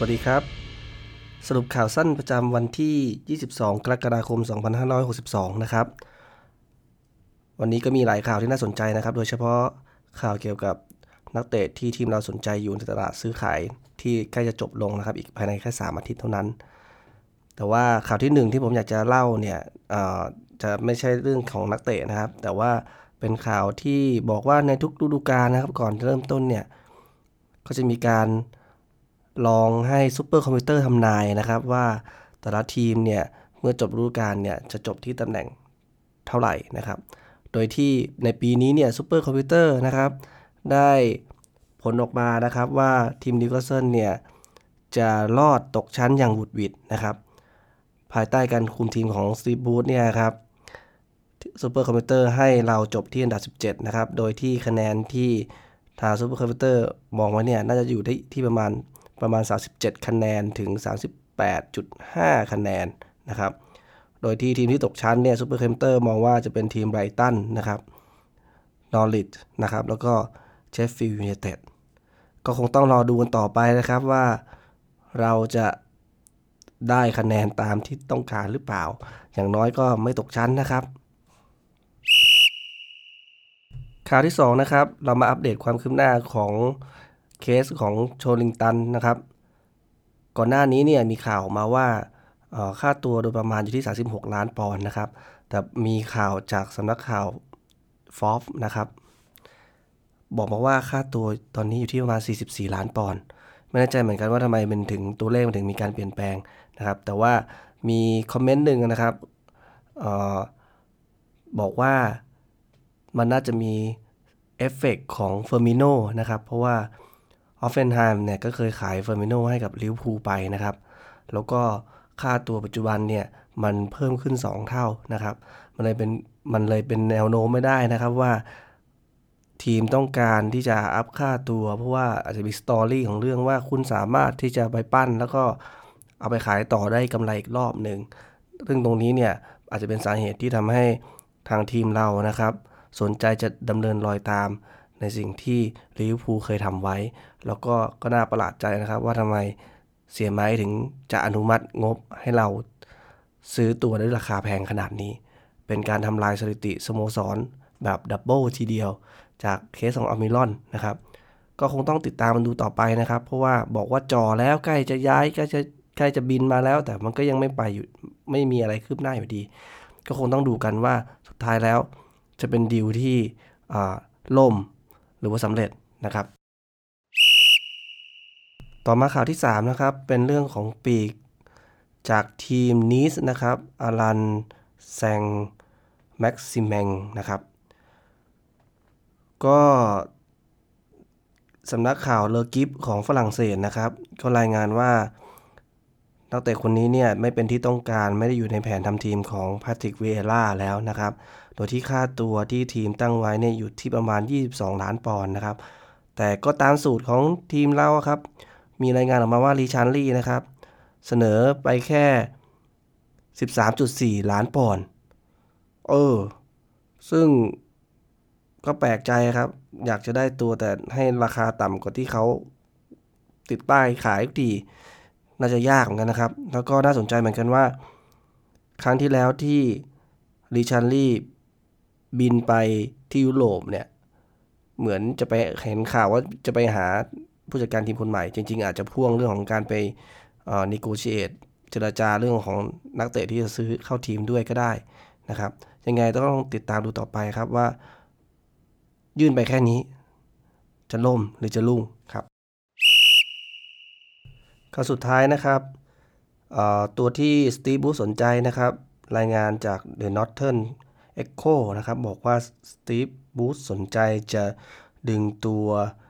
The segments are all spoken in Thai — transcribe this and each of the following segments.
วัสดีครับสรุปข่าวสั้นประจำวันที่22กรกฎาคม2562นะครับวันนี้ก็มีหลายข่าวที่น่าสนใจนะครับโดยเฉพาะข่าวเกี่ยวกับนักเตะที่ทีมเราสนใจอยู่ในตลาดซื้อขายที่ใกล้จะจบลงนะครับอีกภายในแค่3อาทิตย์เท่านั้นแต่ว่าข่าวที่1ที่ผมอยากจะเล่าเนี่ยจะไม่ใช่เรื่องของนักเตะนะครับแต่ว่าเป็นข่าวที่บอกว่าในทุกฤดูกาลนะครับก่อนเริ่มต้นเนี่ยก็จะมีการลองให้ซูเปอร์คอมพิวเตอร์ทำนายนะครับว่าแต่ละทีมเนี่ยเมื่อจบฤดูกาลเนี่ยจะจบที่ตำแหน่งเท่าไหร่นะครับโดยที่ในปีนี้เนี่ยซูเปอร์คอมพิวเตอร์นะครับได้ผลออกมานะครับว่าทีมนิวคาสเซิลเนี่ยจะรอดตกชั้นอย่างหวุดหวิดนะครับภายใต้การคุมทีมของสตีฟบูธเนี่ยครับซูเปอร์คอมพิวเตอร์ให้เราจบที่อันดับ17นะครับโดยที่คะแนนที่ทางซูเปอร์คอมพิวเตอร์มองไว้เนี่ยน่าจะอยู่ที่ประมาณ37คะแนนถึง 38.5 คะแนนนะครับโดยที่ทีมที่ตกชั้นเนี่ยซูเปอร์คอมพิวเตอร์มองว่าจะเป็นทีมไบรตันนะครับนอริทนะครับแล้วก็เชฟฟิลด์ยูไนเต็ดก็คงต้องรอดูกันต่อไปนะครับว่าเราจะได้คะแนนตามที่ต้องการหรือเปล่าอย่างน้อยก็ไม่ตกชั้นนะครับข่าวที่2นะครับเรามาอัปเดตความคืบหน้าของเคสของโชลิงตันนะครับก่อนหน้านี้เนี่ยมีข่าวมาว่าค่าตัวโดยประมาณอยู่ที่36ล้านปอนด์นะครับแต่มีข่าวจากสำนักข่าวฟอร์บนะครับบอกมาว่าค่าตัวตอนนี้อยู่ที่ประมาณ44ล้านปอนด์ไม่แน่ใจเหมือนกันว่าทำไมมันถึงตัวเลขมันถึงมีการเปลี่ยนแปลงนะครับแต่ว่ามีคอมเมนต์หนึ่งนะครับออบอกว่ามันน่าจะมีเอฟเฟกต์ของเฟอร์มิโนนะครับเพราะว่าออฟเฟนไฮม์เนี่ยก็เคยขายเฟอร์มิโนให้กับลิเวอร์พูลไปนะครับแล้วก็ค่าตัวปัจจุบันเนี่ยมันเพิ่มขึ้น2เท่านะครับมันเลยเป็นแนวโน้มไม่ได้นะครับว่าทีมต้องการที่จะอัพค่าตัวเพราะว่าอาจจะมีสตอรี่ของเรื่องว่าคุณสามารถที่จะไปปั้นแล้วก็เอาไปขายต่อได้กำไรอีกรอบหนึ่งซึ่งตรงนี้เนี่ยอาจจะเป็นสาเหตุที่ทำให้ทางทีมเรานะครับสนใจจะดำเนินรอยตามในสิ่งที่ลิเวอร์พูลเคยทำไว้แล้วก็น่าประหลาดใจนะครับว่าทำไมเสียไม้ถึงจะอนุมัติงบให้เราซื้อตัวด้วยราคาแพงขนาดนี้เป็นการทำลายสถิติสโมสรแบบดับเบิลทีเดียวจากเคสของอัลมิลอนนะครับก็คงต้องติดตามมันดูต่อไปนะครับเพราะว่าบอกว่าจ่อแล้วใกล้จะย้ายใกล้จะบินมาแล้วแต่มันก็ยังไม่ไปอยู่ไม่มีอะไรคืบหน้าอยู่ดีก็คงต้องดูกันว่าสุดท้ายแล้วจะเป็นดีลที่ล่มหรือว่าสำเร็จนะครับต่อมาข่าวที่3นะครับเป็นเรื่องของปีกจากทีมนีสนะครับอารันแซงแม็กซิแมงนะครับก็สำนักข่าวเลอกิฟของฝรั่งเศสนะครับก็รายงานว่านักเตะคนนี้เนี่ยไม่เป็นที่ต้องการไม่ได้อยู่ในแผนทำทีมของแพทริก เวเอร่าแล้วนะครับโดยที่ค่าตัวที่ทีมตั้งไว้เนี่ยอยู่ที่ประมาณ22ล้านปอนด์นะครับแต่ก็ตามสูตรของทีมเราครับมีรายงานออกมาว่าริชาร์ลี่นะครับเสนอไปแค่13.4ล้านปอนด์ซึ่งก็แปลกใจครับอยากจะได้ตัวแต่ให้ราคาต่ำกว่าที่เขาติดป้ายขายดีน่าจะยากเหมือนกันนะครับแล้วก็น่าสนใจเหมือนกันว่าครั้งที่แล้วที่ริชาร์ลี่บินไปที่ยุโรปเนี่ยเหมือนจะไปเห็นข่าวว่าจะไปหาผู้จัดการทีมคนใหม่จริงๆอาจจะพ่วงเรื่องของการไปnegotiate เจรจาเรื่องของนักเตะที่จะซื้อเข้าทีมด้วยก็ได้นะครับยังไงต้องติดตามดูต่อไปครับว่ายื่นไปแค่นี้จะล่มหรือจะรุ่งครับข่าวสุดท้ายนะครับตัวที่สตีฟบูธสนใจนะครับรายงานจาก The Northern Echo นะครับบอกว่าสตีฟบูธสนใจจะดึงตัว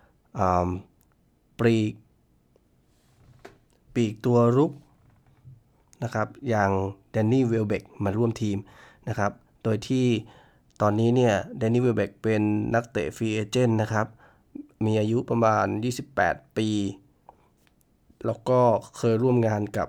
ปลีกตัวรุกนะครับอย่างแดนนี่เวลเบกมาร่วมทีมนะครับโดยที่ตอนนี้เนี่ยแดนนี่เวลเบกเป็นนักเตะฟรีเอเจนต์นะครับมีอายุประมาณ28ปีแล้วก็เคยร่วมงานกับ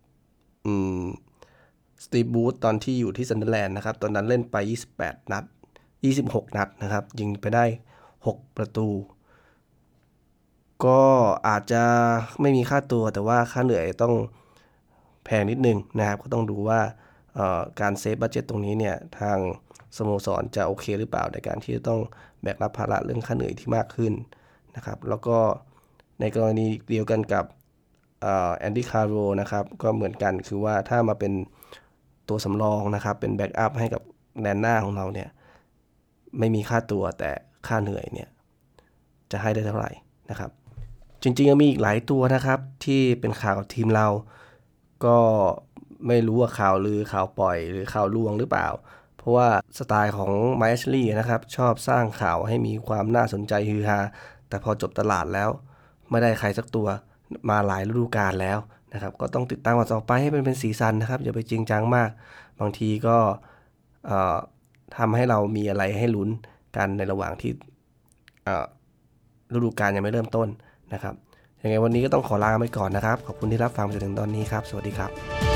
สตีฟบูธตอนที่อยู่ที่ซันเดอร์แลนด์นะครับตอนนั้นเล่นไป28นัด26นัดนะครับยิงไปได้6ประตูก็อาจจะไม่มีค่าตัวแต่ว่าค่าเหนื่อยต้องแพงนิดนึงนะครับก็ต้องดูว่าการเซฟบัดเจ็ตตรงนี้เนี่ยทางสโมสรจะโอเคหรือเปล่าในการที่จะต้องแบกรับภาระเรื่องค่าเหนื่อยที่มากขึ้นนะครับแล้วก็ในกรณีเดียวกันกับแอนดี้คาร์โรนะครับก็เหมือนกันคือว่าถ้ามาเป็นตัวสำรองนะครับเป็นแบ็กอัพให้กับแดนหน้าของเราเนี่ยไม่มีค่าตัวแต่ค่าเหนื่อยเนี่ยจะให้ได้เท่าไหร่นะครับจริงๆยังมีอีกหลายตัวนะครับที่เป็นข่าวกับทีมเราก็ไม่รู้ว่าข่าวลือข่าวปล่อยหรือข่าวลวงหรือเปล่าเพราะว่าสไตล์ของไมค์แอชลีย์นะครับชอบสร้างข่าวให้มีความน่าสนใจฮือฮาแต่พอจบตลาดแล้วไม่ได้ใครสักตัวมาหลายฤดูกาลแล้วนะครับก็ต้องติดตามกันต่อไปให้เป็นสีสันนะครับอย่าไปจริงจังมากบางทีก็เอ่อทำให้เรามีอะไรให้ลุ้นกันในระหว่างที่ฤดูกาลยังไม่เริ่มต้นนะครับยังไงวันนี้ก็ต้องขอลาไปก่อนนะครับขอบคุณที่รับฟังมาจนถึงตอนนี้ครับสวัสดีครับ